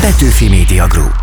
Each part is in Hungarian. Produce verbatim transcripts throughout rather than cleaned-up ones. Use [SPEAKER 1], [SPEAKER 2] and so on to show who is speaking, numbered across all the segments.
[SPEAKER 1] Petőfi Media Group.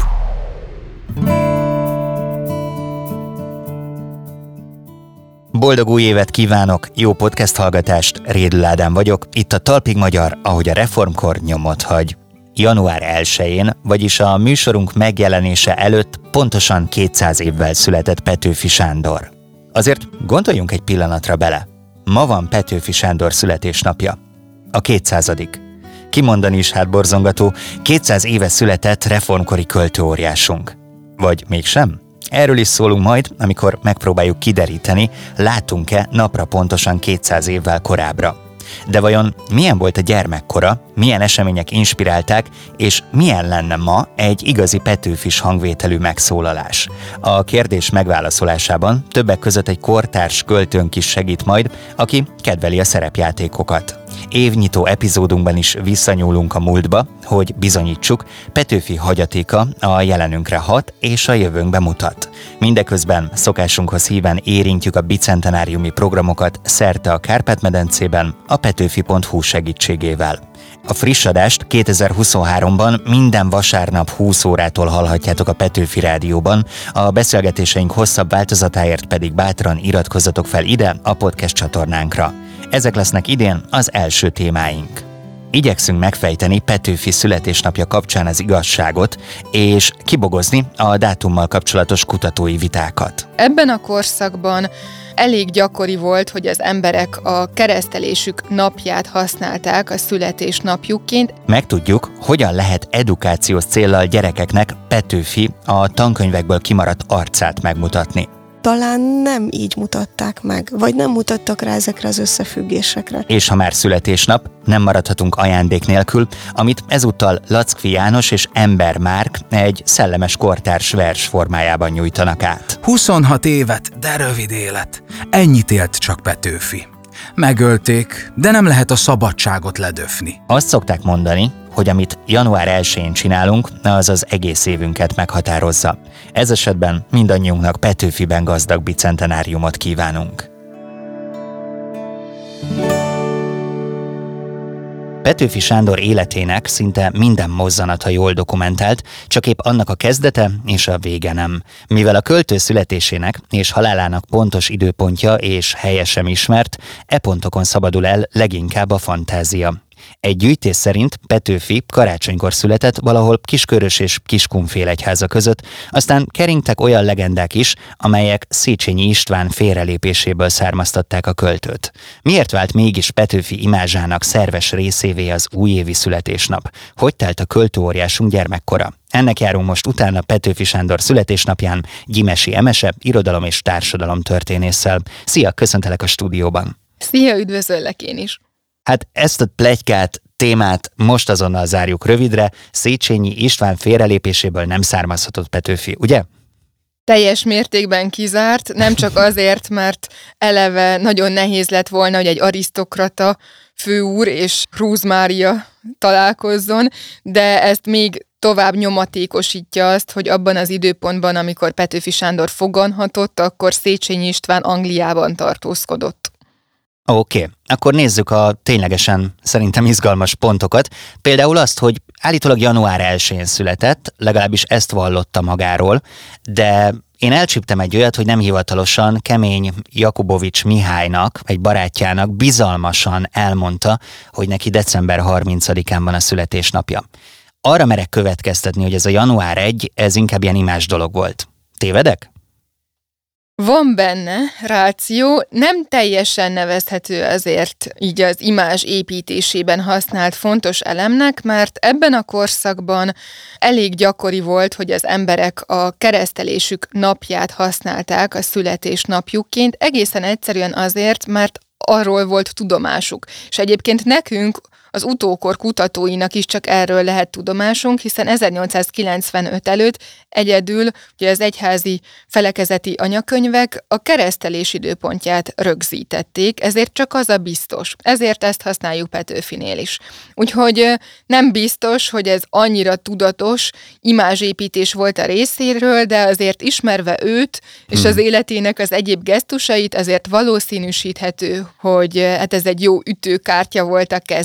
[SPEAKER 1] Boldog új évet kívánok, jó podcast hallgatást, Rédl Ádám vagyok, itt a Talpig Magyar, ahogy a reformkor nyomot hagy. január elsején, vagyis a műsorunk megjelenése előtt pontosan kétszáz évvel született Petőfi Sándor. Azért gondoljunk egy pillanatra bele. Ma van Petőfi Sándor születésnapja. A kétszázadik. Kimondani is hát borzongató, kétszáz éve született reformkori költőóriásunk. Vagy mégsem? Erről is szólunk majd, amikor megpróbáljuk kideríteni, látunk-e napra pontosan kétszáz évvel korábbra. De vajon milyen volt a gyermekkora, milyen események inspirálták, és milyen lenne ma egy igazi petőfis hangvételű megszólalás? A kérdés megválaszolásában többek között egy kortárs költőnk is segít majd, aki kedveli a szerepjátékokat. Évnyitó epizódunkban is visszanyúlunk a múltba, hogy bizonyítsuk, Petőfi hagyatéka a jelenünkre hat és a jövőnkbe mutat. Mindeközben szokásunkhoz híven érintjük a bicentenáriumi programokat szerte a Kárpát-medencében a petőfi pont hu segítségével. A friss adást kétezer-huszonháromban minden vasárnap húsz órától hallhatjátok a Petőfi Rádióban, a beszélgetéseink hosszabb változatáért pedig bátran iratkozzatok fel ide a podcast csatornánkra. Ezek lesznek idén az első témáink. Igyekszünk megfejteni Petőfi születésnapja kapcsán az igazságot, és kibogozni a dátummal kapcsolatos kutatói vitákat.
[SPEAKER 2] Ebben a korszakban elég gyakori volt, hogy az emberek a keresztelésük napját használták a születésnapjukként.
[SPEAKER 1] Megtudjuk, hogyan lehet edukációs céllal gyerekeknek Petőfi a tankönyvekből kimaradt arcát megmutatni.
[SPEAKER 3] Talán nem így mutatták meg, vagy nem mutattak rá ezekre az összefüggésekre.
[SPEAKER 1] És ha már születésnap, nem maradhatunk ajándék nélkül, amit ezúttal Lackfi János és Ember Márk egy szellemes kortárs vers formájában nyújtanak át.
[SPEAKER 4] huszonhat évet, de rövid élet. Ennyit élt csak Petőfi. Megölték, de nem lehet a szabadságot ledöfni.
[SPEAKER 1] Azt szokták mondani, hogy amit január elsején csinálunk, az az egész évünket meghatározza. Ez esetben mindannyiunknak Petőfiben gazdag bicentenáriumot kívánunk. Petőfi Sándor életének szinte minden mozzanata jól dokumentált, csak épp annak a kezdete és a vége nem. Mivel a költő születésének és halálának pontos időpontja és helye sem ismert, e pontokon szabadul el leginkább a fantázia. Egy gyűjtés szerint Petőfi karácsonykor született valahol Kiskörös és Kiskunfél egyháza között, aztán keringtek olyan legendák is, amelyek Széchenyi István félrelépéséből származtatták a költőt. Miért vált mégis Petőfi imázsának szerves részévé az újévi születésnap? Hogy telt a költőóriásunk gyermekkora? Ennek járunk most utána Petőfi Sándor születésnapján Gyimesi Emese, irodalom és társadalom történésszel. Szia, köszöntelek a stúdióban!
[SPEAKER 2] Szia, üdvözöllek én is!
[SPEAKER 1] Hát ezt a pletykát, témát most azonnal zárjuk rövidre, Széchenyi István félrelépéséből nem származhatott Petőfi, ugye?
[SPEAKER 2] Teljes mértékben kizárt, nem csak azért, mert eleve nagyon nehéz lett volna, hogy egy arisztokrata főúr és Krúz Mária találkozzon, de ezt még tovább nyomatékosítja azt, hogy abban az időpontban, amikor Petőfi Sándor foganhatott, akkor Széchenyi István Angliában tartózkodott.
[SPEAKER 1] Oké, okay. Akkor nézzük a ténylegesen szerintem izgalmas pontokat. Például azt, hogy állítólag január elsején született, legalábbis ezt vallotta magáról, de én elcsíptem egy olyat, hogy nem hivatalosan Kemény Jakubovics Mihálynak, egy barátjának bizalmasan elmondta, hogy neki december harmincadikán van a születésnapja. Arra merek következtetni, hogy ez a január elseje, ez inkább ilyen imás dolog volt. Tévedek?
[SPEAKER 2] Van benne ráció, nem teljesen nevezhető azért így az imázs építésében használt fontos elemnek, mert ebben a korszakban elég gyakori volt, hogy az emberek a keresztelésük napját használták a születésnapjukként, egészen egyszerűen azért, mert arról volt tudomásuk. És egyébként nekünk, az utókor kutatóinak is csak erről lehet tudomásunk, hiszen ezernyolcszázkilencvenöt előtt egyedül ugye az egyházi felekezeti anyakönyvek a keresztelés időpontját rögzítették, ezért csak az a biztos. Ezért ezt használjuk Petőfinél is. Úgyhogy nem biztos, hogy ez annyira tudatos imázsépítés volt a részéről, de azért ismerve őt és az életének az egyéb gesztusait, azért valószínűsíthető, hogy hát ez egy jó ütőkártya volt a kezében.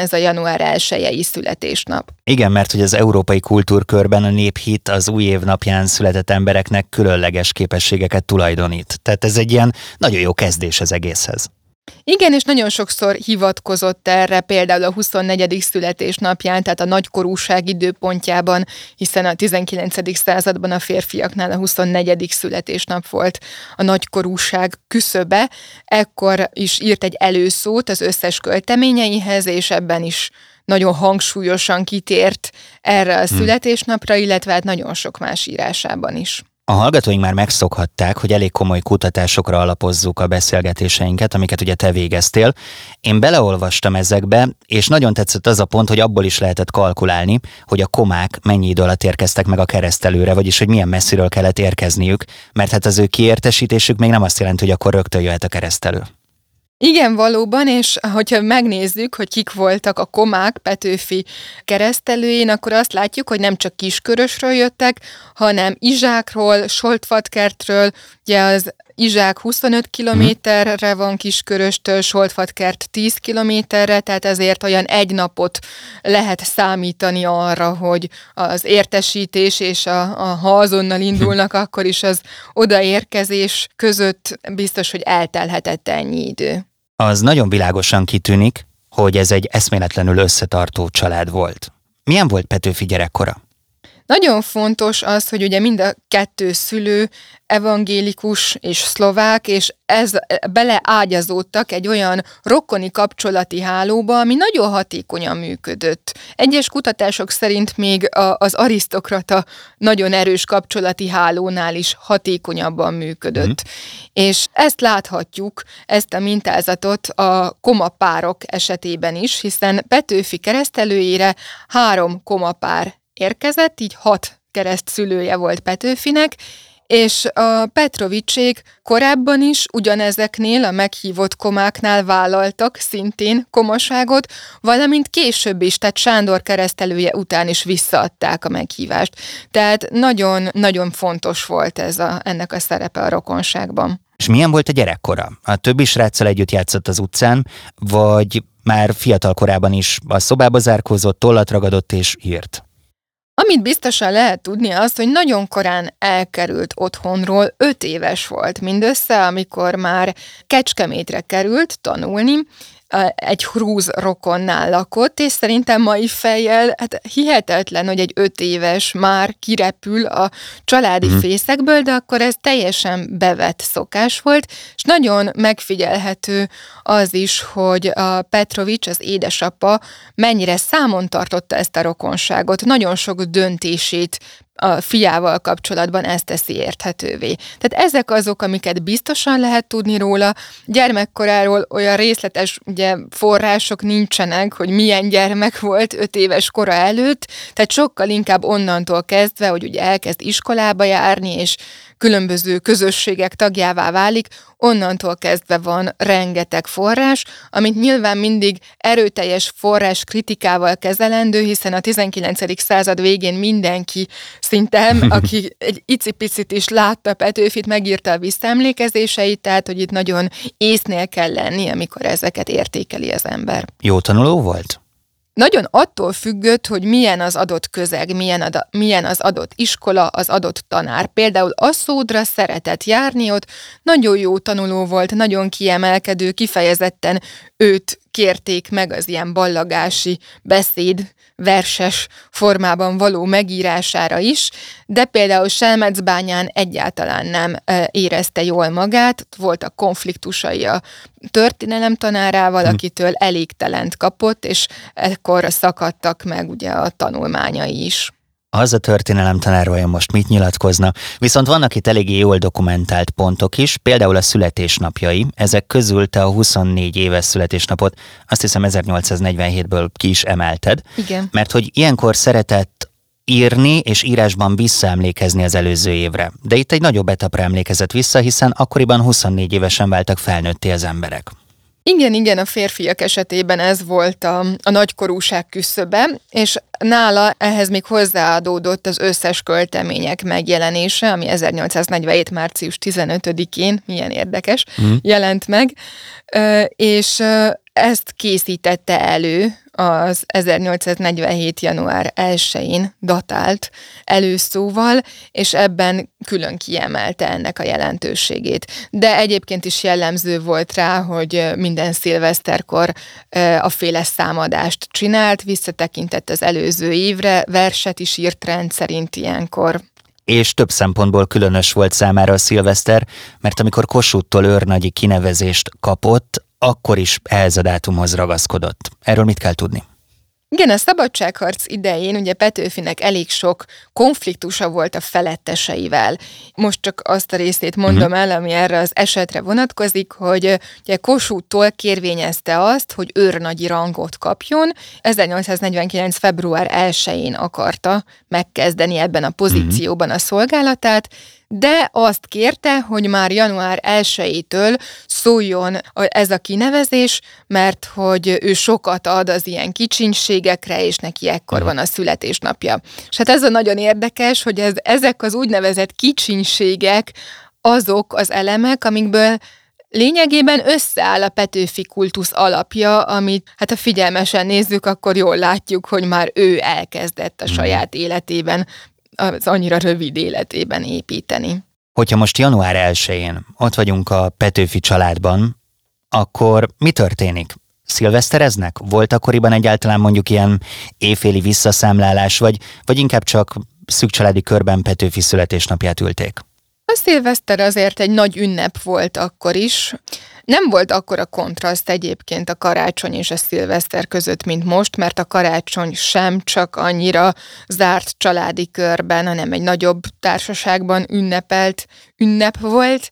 [SPEAKER 2] ez a január elsejei születésnap.
[SPEAKER 1] Igen, mert hogy az európai kultúrkörben a néphit az új év napján született embereknek különleges képességeket tulajdonít. Tehát ez egy ilyen nagyon jó kezdés az egészhez.
[SPEAKER 2] Igen, és nagyon sokszor hivatkozott erre, például a huszonnegyedik születésnapján, tehát a nagykorúság időpontjában, hiszen a tizenkilencedik században a férfiaknál a huszonnegyedik születésnap volt a nagykorúság küszöbe. Ekkor is írt egy előszót az összes költeményeihez, és ebben is nagyon hangsúlyosan kitért erre a születésnapra, illetve hát nagyon sok más írásában is.
[SPEAKER 1] A hallgatóink már megszokhatták, hogy elég komoly kutatásokra alapozzuk a beszélgetéseinket, amiket ugye te végeztél. Én beleolvastam ezekbe, és nagyon tetszett az a pont, hogy abból is lehetett kalkulálni, hogy a komák mennyi idő alatt érkeztek meg a keresztelőre, vagyis hogy milyen messziről kellett érkezniük, mert hát az ő kiértesítésük még nem azt jelenti, hogy akkor rögtön jöhet a keresztelő.
[SPEAKER 2] Igen, valóban, és hogyha megnézzük, hogy kik voltak a komák Petőfi keresztelőjén, akkor azt látjuk, hogy nem csak Kiskörösről jöttek, hanem Izsákról, Soltvatkertről, ugye az Izsák huszonöt kilométerre van Kisköröstől, Soltvatkert tíz kilométerre, tehát ezért olyan egy napot lehet számítani arra, hogy az értesítés és a, a, ha azonnal indulnak, akkor is az odaérkezés között biztos, hogy eltelhetett ennyi idő.
[SPEAKER 1] Az nagyon világosan kitűnik, hogy ez egy eszméletlenül összetartó család volt. Milyen volt Petőfi gyerekkora?
[SPEAKER 2] Nagyon fontos az, hogy ugye mind a kettő szülő evangélikus és szlovák, és ez beleágyazódtak egy olyan rokoni kapcsolati hálóba, ami nagyon hatékonyan működött. Egyes kutatások szerint még az arisztokrata nagyon erős kapcsolati hálónál is hatékonyabban működött. Mm. És ezt láthatjuk, ezt a mintázatot a komapárok esetében is, hiszen Petőfi keresztelőjére három komapár érkezett, így hat keresztszülője volt Petőfinek, és a Petrovicsék korábban is ugyanezeknél a meghívott komáknál vállaltak szintén komaságot, valamint később is, tehát Sándor keresztelője után is visszaadták a meghívást. Tehát nagyon-nagyon fontos volt ez a, ennek a szerepe a rokonságban.
[SPEAKER 1] És milyen volt a gyerekkora? A többi sráccal együtt játszott az utcán, vagy már fiatal korában is a szobába zárkózott, tollat ragadott és írt?
[SPEAKER 2] Amit biztosan lehet tudni az, hogy nagyon korán elkerült otthonról, öt éves volt mindössze, amikor már Kecskemétre került tanulni, egy hrúz rokonnál lakott, és szerintem mai fejjel hát hihetetlen, hogy egy öt éves már kirepül a családi mm. fészekből, de akkor ez teljesen bevett szokás volt, és nagyon megfigyelhető az is, hogy a Petrovics, az édesapa mennyire számon tartotta ezt a rokonságot, nagyon sok döntését a fiával kapcsolatban ezt teszi érthetővé. Tehát ezek azok, amiket biztosan lehet tudni róla. Gyermekkoráról olyan részletes ugye, források nincsenek, hogy milyen gyermek volt öt éves kora előtt, tehát sokkal inkább onnantól kezdve, hogy ugye elkezd iskolába járni, és különböző közösségek tagjává válik, onnantól kezdve van rengeteg forrás, amit nyilván mindig erőteljes forrás kritikával kezelendő, hiszen a tizenkilencedik század végén mindenki szinte, aki egy icipicit is látta Petőfit, megírta a visszaemlékezéseit, tehát hogy itt nagyon észnél kell lenni, amikor ezeket értékeli az ember.
[SPEAKER 1] Jó tanuló volt?
[SPEAKER 2] Nagyon attól függött, hogy milyen az adott közeg, milyen, ad, milyen az adott iskola, az adott tanár. Például Aszódra szeretett járni, ott nagyon jó tanuló volt, nagyon kiemelkedő, kifejezetten őt kérték meg az ilyen ballagási beszéd, verses formában való megírására is, de például Selmecbányán egyáltalán nem érezte jól magát, voltak konfliktusai a történelem tanárával, akitől elégtelent kapott, és ekkor szakadtak meg ugye a tanulmányai is.
[SPEAKER 1] Az a történelem tanár vajon most mit nyilatkozna? Viszont vannak itt eléggé jól dokumentált pontok is, például a születésnapjai. Ezek közül te a huszonnégy éves születésnapot azt hiszem ezernyolcszáznegyvenhétből ki is emelted.
[SPEAKER 2] Igen.
[SPEAKER 1] Mert hogy ilyenkor szeretett írni és írásban visszaemlékezni az előző évre. De itt egy nagyobb etapra emlékezett vissza, hiszen akkoriban huszonnégy évesen váltak felnőtté az emberek.
[SPEAKER 2] Igen, igen, a férfiak esetében ez volt a, a nagykorúság küszöbe, és nála ehhez még hozzáadódott az összes költemények megjelenése, ami ezernyolcszáznegyvenhét. március tizenötödikén, milyen érdekes, mm. jelent meg, és ezt készítette elő az ezernyolcszáznegyvenhét. január elsején datált előszóval, és ebben külön kiemelte ennek a jelentőségét. De egyébként is jellemző volt rá, hogy minden szilveszterkor a féle számadást csinált, visszatekintett az előző évre, verset is írt rendszerint ilyenkor.
[SPEAKER 1] És több szempontból különös volt számára a szilveszter, mert amikor Kossuth-tól őrnagyi kinevezést kapott, akkor is ehhez a dátumhoz ragaszkodott. Erről mit kell tudni?
[SPEAKER 2] Igen, a szabadságharc idején ugye Petőfinek elég sok konfliktusa volt a feletteseivel. Most csak azt a részét mondom el, ami erre az esetre vonatkozik, hogy ugye Kossuth-tól kérvényezte azt, hogy őrnagyi rangot kapjon. ezernyolcszáznegyvenkilenc. február elsején akarta megkezdeni ebben a pozícióban a szolgálatát, de azt kérte, hogy már január elsejétől szóljon ez a kinevezés, mert hogy ő sokat ad az ilyen kicsinségekre, és neki ekkor van a születésnapja. És hát ez a nagyon érdekes, hogy ez, ezek az úgynevezett kicsinségek azok az elemek, amikből lényegében összeáll a Petőfi kultusz alapja, amit hát ha figyelmesen nézzük, akkor jól látjuk, hogy már ő elkezdett a saját életében, az annyira rövid életében építeni.
[SPEAKER 1] Hogyha most január elsején ott vagyunk a Petőfi családban, akkor mi történik? Szilvesztereznek? Volt akkoriban egyáltalán mondjuk ilyen éjféli visszaszámlálás, vagy, vagy inkább csak szűk családi körben Petőfi születésnapját ülték?
[SPEAKER 2] A szilveszter azért egy nagy ünnep volt akkor is. Nem volt akkora kontraszt egyébként a karácsony és a szilveszter között, mint most, mert a karácsony sem csak annyira zárt családi körben, hanem egy nagyobb társaságban ünnepelt ünnep volt,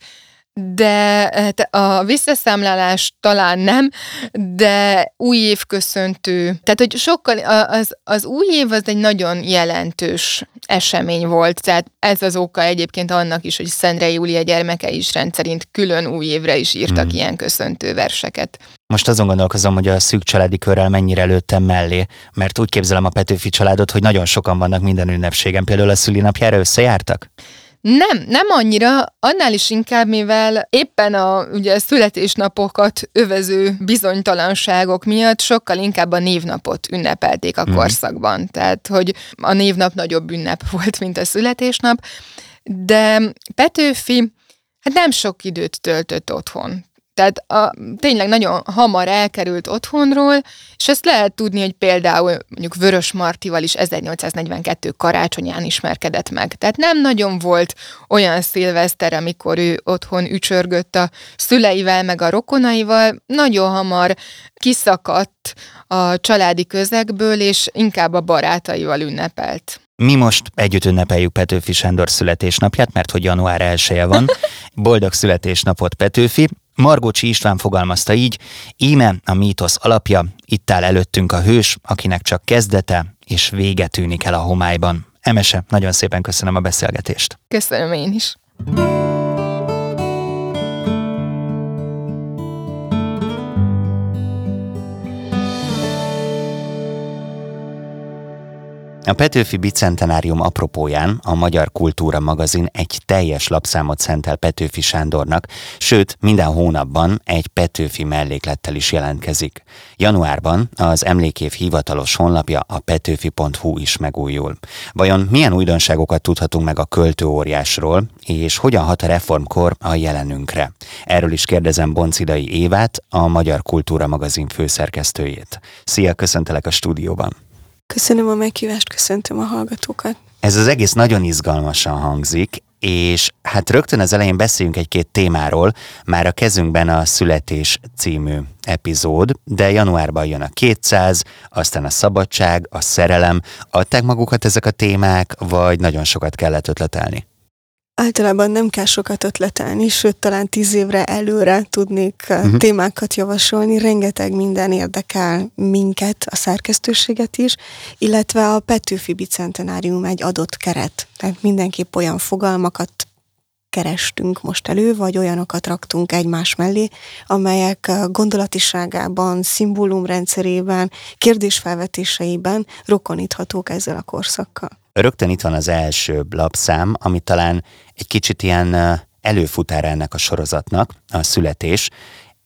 [SPEAKER 2] de a visszaszámlálás talán nem, de új év köszöntő. Tehát, hogy sokkal, az, az új év az egy nagyon jelentős esemény volt, tehát ez az oka egyébként annak is, hogy Szendrei Júlia gyermekei is rendszerint külön új évre is írtak hmm. ilyen köszöntő verseket.
[SPEAKER 1] Most azon gondolkozom, hogy a szűk családi körrel mennyire lőttem mellé, mert úgy képzelem a Petőfi családot, hogy nagyon sokan vannak minden ünnepségen, például a szülinapjára összejártak?
[SPEAKER 2] Nem, nem annyira, annál is inkább, mivel éppen a ugye, születésnapokat övező bizonytalanságok miatt sokkal inkább a névnapot ünnepelték a korszakban. Mm. Tehát, hogy a névnap nagyobb ünnep volt, mint a születésnap, de Petőfi hát nem sok időt töltött otthon. Tehát a, tényleg nagyon hamar elkerült otthonról, és ezt lehet tudni, hogy például mondjuk Vörös Martival is ezernyolcszáznegyvenkettő karácsonyán ismerkedett meg. Tehát nem nagyon volt olyan szilveszter, amikor ő otthon ücsörgött a szüleivel, meg a rokonaival, nagyon hamar kiszakadt a családi közegből, és inkább a barátaival ünnepelt.
[SPEAKER 1] Mi most együtt ünnepeljük Petőfi Sándor születésnapját, mert hogy január elseje van. Boldog születésnapot, Petőfi! Margócsi István fogalmazta így: íme a mítosz alapja, itt áll előttünk a hős, akinek csak kezdete és vége tűnik el a homályban. Emese, nagyon szépen köszönöm a beszélgetést.
[SPEAKER 2] Köszönöm én is.
[SPEAKER 1] A Petőfi bicentenárium apropóján a Magyar Kultúra magazin egy teljes lapszámot szentel Petőfi Sándornak, sőt minden hónapban egy Petőfi melléklettel is jelentkezik. Januárban az emlékév hivatalos honlapja, a petőfi pont hu is megújul. Vajon milyen újdonságokat tudhatunk meg a költőóriásról, és hogyan hat a reformkor a jelenünkre? Erről is kérdezem Boncidai Évát, a Magyar Kultúra magazin főszerkesztőjét. Szia, köszöntelek a stúdióban!
[SPEAKER 3] Köszönöm a meghívást, köszöntöm a hallgatókat.
[SPEAKER 1] Ez az egész nagyon izgalmasan hangzik, és hát rögtön az elején beszéljünk egy-két témáról, már a kezünkben a Születés című epizód, de januárban jön a kétszáz, aztán a szabadság, a szerelem. Adták magukat ezek a témák, vagy nagyon sokat kellett ötletelni?
[SPEAKER 3] Általában nem kell sokat ötletelni, sőt, talán tíz évre előre tudnék uh-huh. témákat javasolni. Rengeteg minden érdekel minket, a szerkesztőséget is, illetve a Petőfi bicentenárium egy adott keret. Tehát mindenképp olyan fogalmakat kerestünk most elő, vagy olyanokat raktunk egymás mellé, amelyek gondolatiságában, szimbólumrendszerében, kérdésfelvetéseiben rokoníthatók ezzel a korszakkal.
[SPEAKER 1] Rögtön itt van az első lapszám, ami talán egy kicsit ilyen előfutára ennek a sorozatnak, a Születés,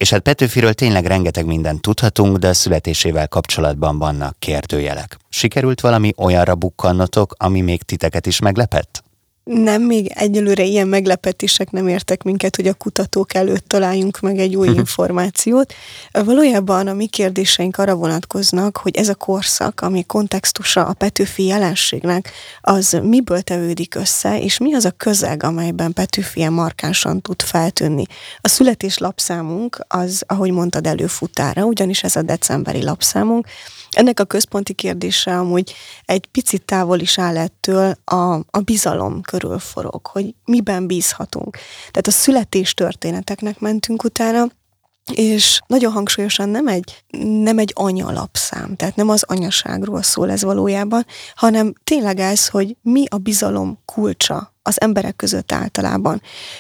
[SPEAKER 1] És hát Petőfiről tényleg rengeteg mindent tudhatunk, de a születésével kapcsolatban vannak kérdőjelek. Sikerült valami olyanra bukkannotok, ami még titeket is meglepett?
[SPEAKER 3] Nem, még egyelőre ilyen meglepetések nem értek minket, hogy a kutatók előtt találjunk meg egy új információt. Valójában a mi kérdéseink arra vonatkoznak, hogy ez a korszak, ami kontextusa a Petőfi jelenségnek, az miből tevődik össze, és mi az a közeg, amelyben Petőfi ilyen markánsan tud feltűnni. A születés lapszámunk az, ahogy mondtad, előfutára, ugyanis ez a decemberi lapszámunk. Ennek a központi kérdése amúgy egy picit távol is áll ettől, a, a bizalom körül forog, hogy miben bízhatunk. Tehát a születés történeteknek mentünk utána, és nagyon hangsúlyosan nem egy, nem egy anyalapszám, tehát nem az anyaságról szól ez valójában, hanem tényleg ez, hogy mi a bizalom kulcsa az emberek között általában.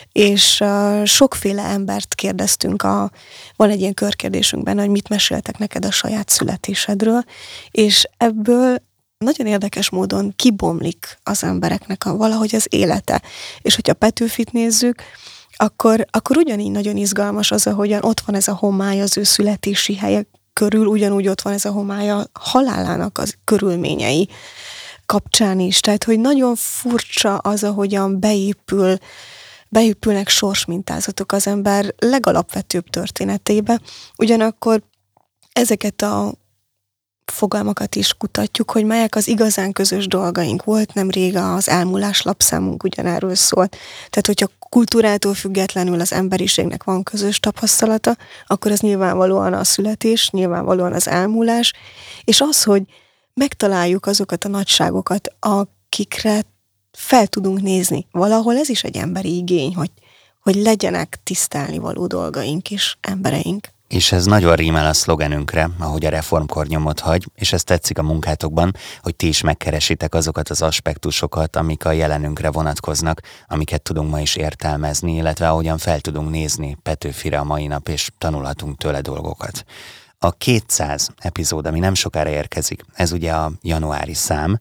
[SPEAKER 3] És uh, sokféle embert kérdeztünk, a, van egy ilyen körkérdésünk benne, hogy mit meséltek neked a saját születésedről, és ebből nagyon érdekes módon kibomlik az embereknek a, valahogy az élete. És hogyha Petőfit nézzük, akkor, akkor ugyanígy nagyon izgalmas az, ahogyan ott van ez a homály az ő születési helye körül, ugyanúgy ott van ez a homály a halálának az körülményei kapcsán is. Tehát, hogy nagyon furcsa az, ahogyan beépül, beépülnek sorsmintázatok az ember legalapvetőbb történetébe. Ugyanakkor ezeket a fogalmakat is kutatjuk, hogy melyek az igazán közös dolgaink. Volt nemrég az elmúlás lapszámunk ugyanerről szólt. Tehát, hogyha kultúrától függetlenül az emberiségnek van közös tapasztalata, akkor az nyilvánvalóan a születés, nyilvánvalóan az elmúlás, és az, hogy megtaláljuk azokat a nagyságokat, akikre fel tudunk nézni. Valahol ez is egy emberi igény, hogy, hogy legyenek tisztelni való dolgaink is, embereink.
[SPEAKER 1] És ez nagyon rímel a szlogenünkre, ahogy a reformkor nyomot hagy, és ez tetszik a munkátokban, hogy ti is megkeresitek azokat az aspektusokat, amik a jelenünkre vonatkoznak, amiket tudunk ma is értelmezni, illetve ahogyan fel tudunk nézni Petőfire a mai nap, és tanulhatunk tőle dolgokat. A kétszáz epizód, ami nem sokára érkezik, ez ugye a januári szám,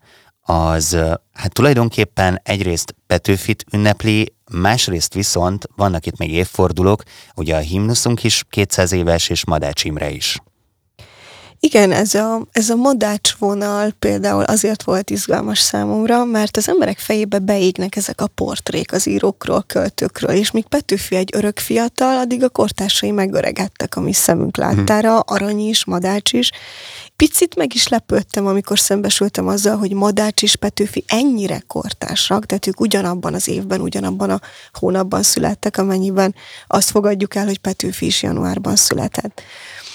[SPEAKER 1] az hát tulajdonképpen egyrészt Petőfit ünnepli, másrészt viszont vannak itt még évfordulók, ugye a himnuszunk is kétszáz éves, és Madács Imre is.
[SPEAKER 3] Igen, ez a, ez a Madács vonal például azért volt izgalmas számomra, mert az emberek fejébe beégnek ezek a portrék az írókról, költőkről, és míg Petőfi egy örök fiatal, addig a kortársai megöregedtek a mi szemünk láttára, Arany is, Madács is. Picit meg is lepődtem, amikor szembesültem azzal, hogy Madács és Petőfi ennyire kortársak, tehát ők ugyanabban az évben, ugyanabban a hónapban születtek, amennyiben azt fogadjuk el, hogy Petőfi is januárban született.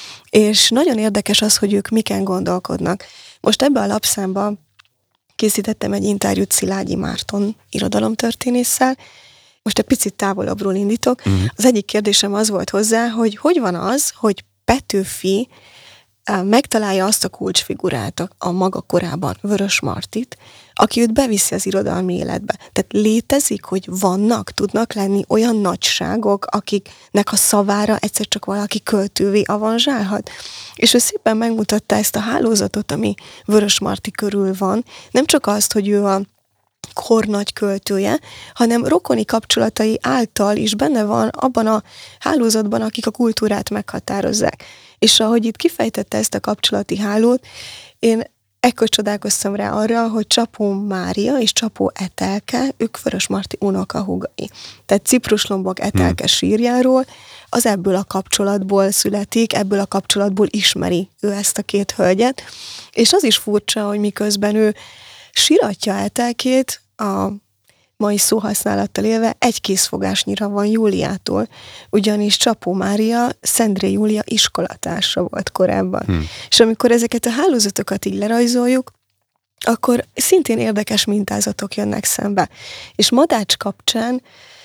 [SPEAKER 3] És nagyon érdekes az, hogy ők miken gondolkodnak. Most ebbe a lapszámba készítettem egy interjút Szilágyi Márton irodalomtörténésszel, most egy picit távolabbról indítok. Uh-huh. Az egyik kérdésem az volt hozzá, hogy hogy van az, hogy Petőfi megtalálja azt a kulcsfigurát a, a maga korában, Vörösmartyt, aki őt beviszi az irodalmi életbe. Tehát létezik, hogy vannak, tudnak lenni olyan nagyságok, akiknek a szavára egyszer csak valaki költővé avanzsálhat. És ő szépen megmutatta ezt a hálózatot, ami Vörösmarty körül van. Nem csak azt, hogy ő a kor nagy költője, hanem rokoni kapcsolatai által is benne van abban a hálózatban, akik a kultúrát meghatározzák. És ahogy itt kifejtette ezt a kapcsolati hálót, én ekkor csodálkoztam rá arra, hogy Csapó Mária és Csapó Etelke, ők Vörösmarty unokahúgai. Tehát Cipruslombok Etelke hmm. sírjáról, az ebből a kapcsolatból születik, ebből a kapcsolatból ismeri ő ezt a két hölgyet, és az is furcsa, hogy miközben ő síratja Etelkét, a mai szóhasználattal élve egy készfogásnyira van Júliától, ugyanis Csapó Mária Szendré Júlia iskolatársa volt korábban. Hmm. És amikor ezeket a hálózatokat így lerajzoljuk, akkor szintén érdekes mintázatok jönnek szembe. És Madács kapcsán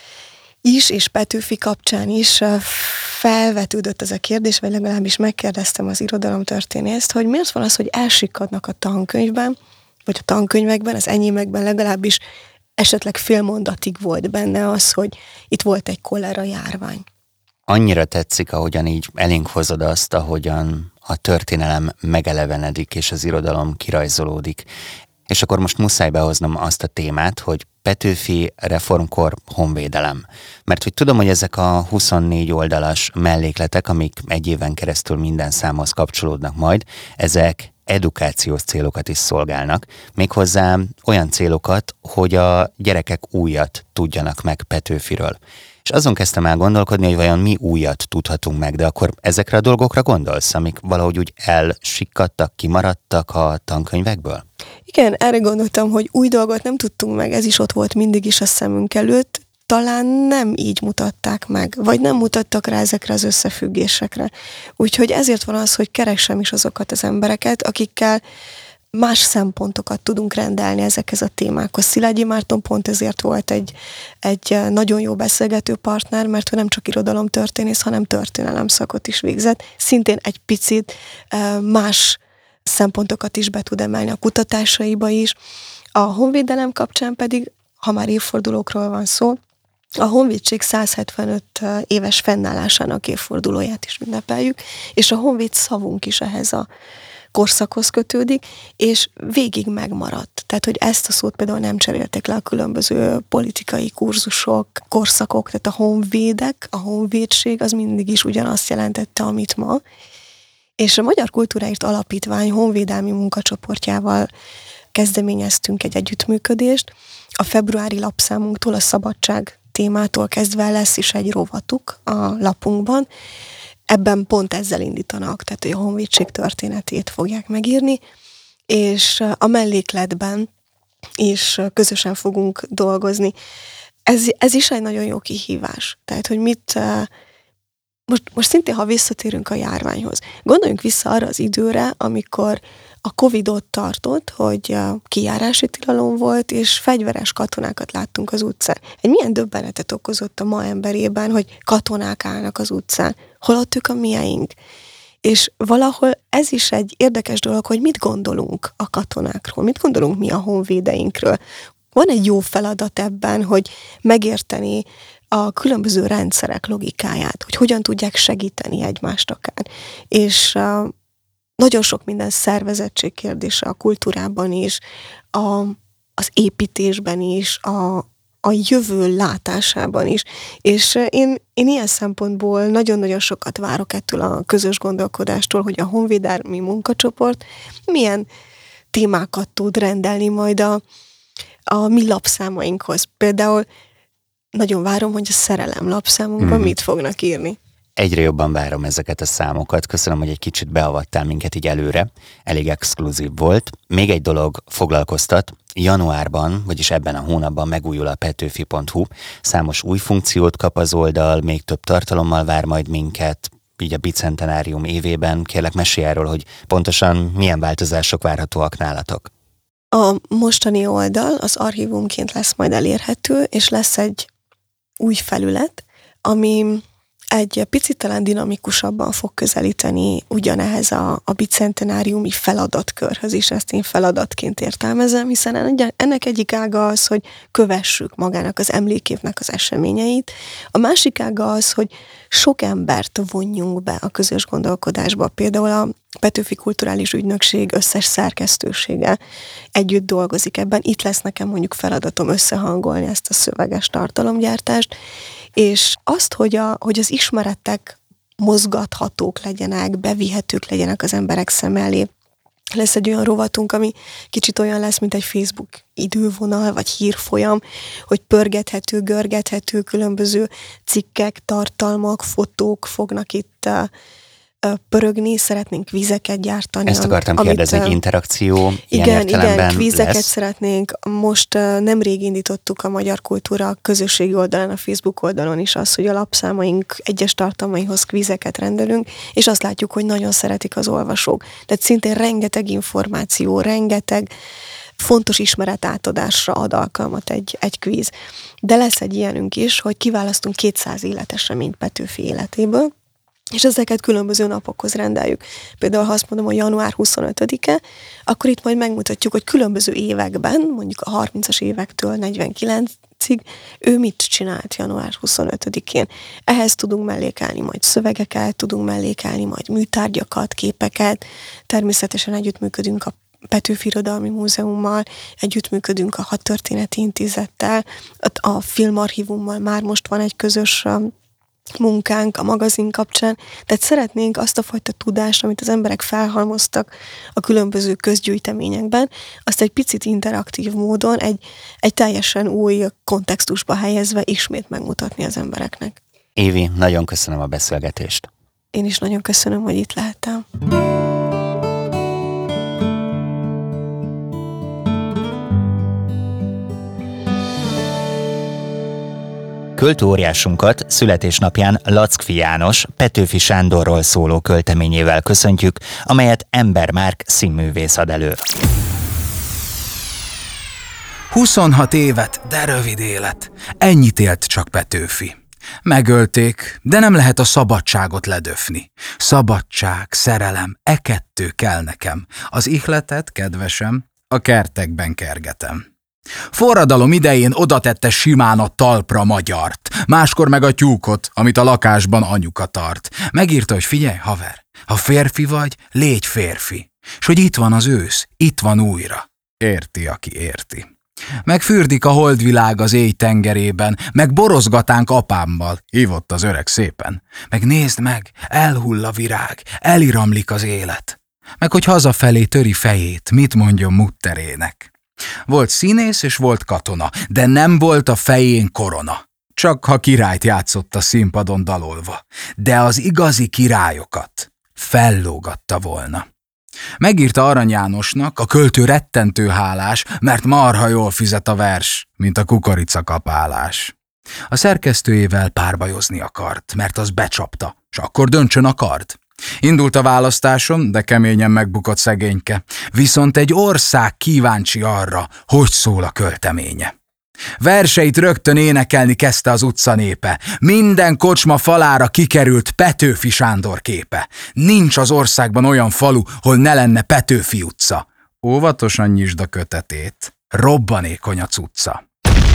[SPEAKER 3] is, és Petőfi kapcsán is felvetődött ez a kérdés, vagy legalábbis megkérdeztem az irodalomtörténészt, hogy miért van az, hogy elsikadnak a tankönyvben, vagy a tankönyvekben, az enyémekben legalábbis esetleg fél mondatig volt benne az, hogy itt volt egy kolera járvány.
[SPEAKER 1] Annyira tetszik, ahogyan így elénk hozod azt, ahogyan a történelem megelevenedik, és az irodalom kirajzolódik. És akkor most muszáj behoznom azt a témát, hogy Petőfi Reformkor honvédelem. Mert hogy tudom, hogy ezek a huszonnégy oldalas mellékletek, amik egy éven keresztül minden számhoz kapcsolódnak majd, ezek edukációs célokat is szolgálnak, méghozzá olyan célokat, hogy a gyerekek újat tudjanak meg Petőfiről. És azon kezdtem el gondolkodni, hogy vajon mi újat tudhatunk meg, de akkor ezekre a dolgokra gondolsz, amik valahogy úgy elsikkadtak, kimaradtak a tankönyvekből?
[SPEAKER 3] Igen, erre gondoltam, hogy új dolgot nem tudtunk meg, ez is ott volt mindig is a szemünk előtt, talán nem így mutatták meg, vagy nem mutattak rá ezekre az összefüggésekre. Úgyhogy ezért van az, hogy keresem is azokat az embereket, akikkel más szempontokat tudunk rendelni ezekhez a témákhoz. Szilágyi Márton pont ezért volt egy, egy nagyon jó beszélgető partner, mert ő nem csak irodalomtörténész, hanem történelem szakot is végzett. Szintén egy picit más szempontokat is be tud emelni a kutatásaiba is. A honvédelem kapcsán pedig, ha már évfordulókról van szó, a honvédség száz hetvenöt éves fennállásának évfordulóját is ünnepeljük, és a honvéd szavunk is ehhez a korszakhoz kötődik, és végig megmaradt. Tehát, hogy ezt a szót például nem cserélték le a különböző politikai kurzusok, korszakok, tehát a honvédek, a honvédség az mindig is ugyanazt jelentette, amit ma. És a Magyar Kultúráért Alapítvány honvédelmi munkacsoportjával kezdeményeztünk egy együttműködést. A februári lapszámunktól, a szabadság témától kezdve lesz is egy rovatuk a lapunkban. Ebben pont ezzel indítanak, tehát hogy a honvédség történetét fogják megírni, és a mellékletben is közösen fogunk dolgozni. Ez, ez is egy nagyon jó kihívás. Tehát, hogy mit... Most, most szintén, ha visszatérünk a járványhoz, gondoljunk vissza arra az időre, amikor a Covid ott tartott, hogy kijárási tilalom volt, és fegyveres katonákat láttunk az utcán. Egy milyen döbbenetet okozott a ma emberében, hogy katonák állnak az utcán, holott ők a miénk. És valahol ez is egy érdekes dolog, hogy mit gondolunk a katonákról, mit gondolunk mi a honvédeinkről. Van egy jó feladat ebben, hogy megérteni a különböző rendszerek logikáját, hogy hogyan tudják segíteni egymást akár. És uh, nagyon sok minden szervezettség kérdése a kultúrában is, a, az építésben is, a, a jövő látásában is. És uh, én, én ilyen szempontból nagyon-nagyon sokat várok ettől a közös gondolkodástól, hogy a honvédelmi munkacsoport milyen témákat tud rendelni majd a, a mi lapszámainkhoz. Például nagyon várom, hogy a szerelem lapszámunkban mm. mit fognak írni.
[SPEAKER 1] Egyre jobban várom ezeket a számokat. Köszönöm, hogy egy kicsit beavattál minket így előre. Elég exkluzív volt. Még egy dolog foglalkoztat. Januárban, vagyis ebben a hónapban megújul a petőfi pont hu. Számos új funkciót kap az oldal, még több tartalommal vár majd minket, így a bicentenárium évében. Kérlek, mesélj erről, hogy pontosan milyen változások várhatóak nálatok.
[SPEAKER 3] A mostani oldal az archívumként lesz majd elérhető, és lesz egy új felület, ami egy picit talán dinamikusabban fog közelíteni ugyanehhez a, a bicentenáriumi feladatkörhöz is, ezt én feladatként értelmezem, hiszen ennek egyik ága az, hogy kövessük magának az emlékévnek az eseményeit, a másik ága az, hogy sok embert vonjunk be a közös gondolkodásba, például a Petőfi Kulturális Ügynökség összes szerkesztősége együtt dolgozik ebben. Itt lesz nekem mondjuk feladatom összehangolni ezt a szöveges tartalomgyártást, és azt, hogy, a, hogy az ismeretek mozgathatók legyenek, bevihetők legyenek az emberek szem elé. Lesz egy olyan rovatunk, ami kicsit olyan lesz, mint egy Facebook idővonal, vagy hírfolyam, hogy pörgethető, görgethető különböző cikkek, tartalmak, fotók fognak itt uh, pörögni, szeretnénk vízeket gyártani.
[SPEAKER 1] Ezt akartam amit, kérdezni, hogy interakció ilyen
[SPEAKER 3] igen,
[SPEAKER 1] értelemben
[SPEAKER 3] igen, kvízeket
[SPEAKER 1] lesz.
[SPEAKER 3] szeretnénk. Most uh, nemrég indítottuk a Magyar Kultúra közösségi oldalán, a Facebook oldalon is az, hogy a lapszámaink egyes tartalmaihoz kvízeket rendelünk, és azt látjuk, hogy nagyon szeretik az olvasók. Tehát szintén rengeteg információ, rengeteg fontos ismeret átadásra ad alkalmat egy, egy kvíz. De lesz egy ilyenünk is, hogy kiválasztunk kétszáz életeseményt Petőfi életéből, és ezeket különböző napokhoz rendeljük. Például, ha azt mondom, hogy január huszonötödike, akkor itt majd megmutatjuk, hogy különböző években, mondjuk a harmincas évektől negyvenkilencig, ő mit csinált január huszonötödikén. Ehhez tudunk mellékelni majd szövegeket, tudunk mellékelni majd műtárgyakat, képeket, természetesen együttműködünk a Petőfi Irodalmi Múzeummal, együttműködünk a Hadtörténeti Intézettel, a Filmarchívummal már most van egy közös munkánk a magazin kapcsán, tehát szeretnénk azt a fajta tudást, amit az emberek felhalmoztak a különböző közgyűjteményekben, azt egy picit interaktív módon, egy, egy teljesen új kontextusba helyezve ismét megmutatni az embereknek.
[SPEAKER 1] Évi, nagyon köszönöm a beszélgetést.
[SPEAKER 3] Én is nagyon köszönöm, hogy itt lehettem.
[SPEAKER 1] Költőóriásunkat születésnapján Lackfi János Petőfi Sándorról szóló költeményével köszöntjük, amelyet Ember Márk színművész ad elő.
[SPEAKER 4] huszonhat évet, de rövid élet. Ennyit élt csak Petőfi. Megölték, de nem lehet a szabadságot ledöfni. Szabadság, szerelem, e kettő kell nekem. Az ihletet, kedvesem, a kertekben kergetem. Forradalom idején odatette simán a talpra magyart, máskor meg a tyúkot, amit a lakásban anyuka tart. Megírta, hogy figyelj, haver, ha férfi vagy, légy férfi. S hogy itt van az ősz, itt van újra. Érti, aki érti. Megfürdik a holdvilág az éj tengerében, meg borozgatánk apámmal, hívott az öreg szépen. Meg nézd meg, elhull a virág, eliramlik az élet. Meg hogy hazafelé töri fejét, mit mondjon mutterének. Volt színész és volt katona, de nem volt a fején korona. Csak ha királyt játszott a színpadon dalolva, de az igazi királyokat fellógatta volna. Megírta Arany Jánosnak, a költő rettentő hálás, mert marha jól fizet a vers, mint a kukoricakapálás. A szerkesztőjével párbajozni akart, mert az becsapta, s akkor döntsön a kard. Indult a választáson, de keményen megbukott szegényke. Viszont egy ország kíváncsi arra, hogy szól a költeménye. Verseit rögtön énekelni kezdte az utca népe. Minden kocsma falára kikerült Petőfi Sándor képe. Nincs az országban olyan falu, hol ne lenne Petőfi utca. Óvatosan nyisd a kötetét, robbanékony a cucca.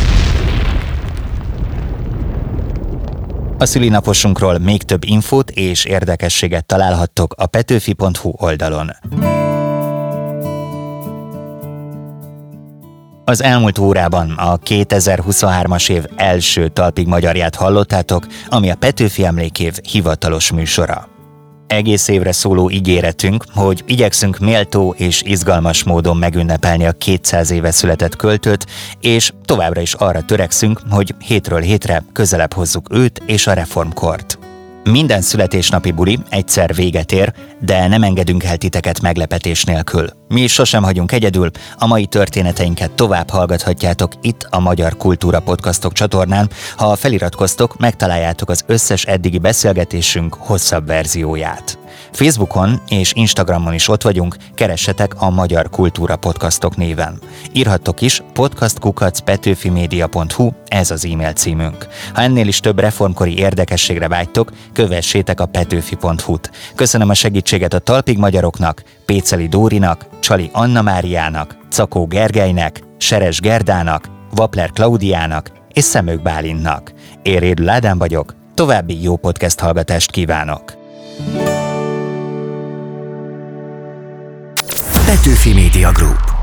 [SPEAKER 1] A szülinaposunkról még több infót és érdekességet találhattok a petőfi pont hu oldalon. Az elmúlt órában a kétezer-huszonhármas év első Talpig Magyarját hallottátok, ami a Petőfi Emlékév hivatalos műsora. Egész évre szóló ígéretünk, hogy igyekszünk méltó és izgalmas módon megünnepelni a kétszáz éve született költőt, és továbbra is arra törekszünk, hogy hétről hétre közelebb hozzuk őt és a reformkort. Minden születésnapi buli egyszer véget ér, de nem engedünk el titeket meglepetés nélkül. Mi is sosem hagyunk egyedül, a mai történeteinket tovább hallgathatjátok itt a Magyar Kultúra Podcastok csatornán. Ha feliratkoztok, megtaláljátok az összes eddigi beszélgetésünk hosszabb verzióját. Facebookon és Instagramon is ott vagyunk, keressetek a Magyar Kultúra Podcastok néven. Írhattok is podcast kukac petőfimedia pont hu, ez az e-mail címünk. Ha ennél is több reformkori érdekességre vágytok, kövessétek a petőfi pont hu-t. Köszönöm a segítséget a Talpig Magyaroknak, Péceli Dórinak, Csali Anna Máriának, Cakó Gergelynek, Seres Gerdának, Vapler Klaudiának és Szemők Bálintnak. Én Rédl Ádám vagyok, további jó podcast hallgatást kívánok!
[SPEAKER 5] Petőfi Media Group.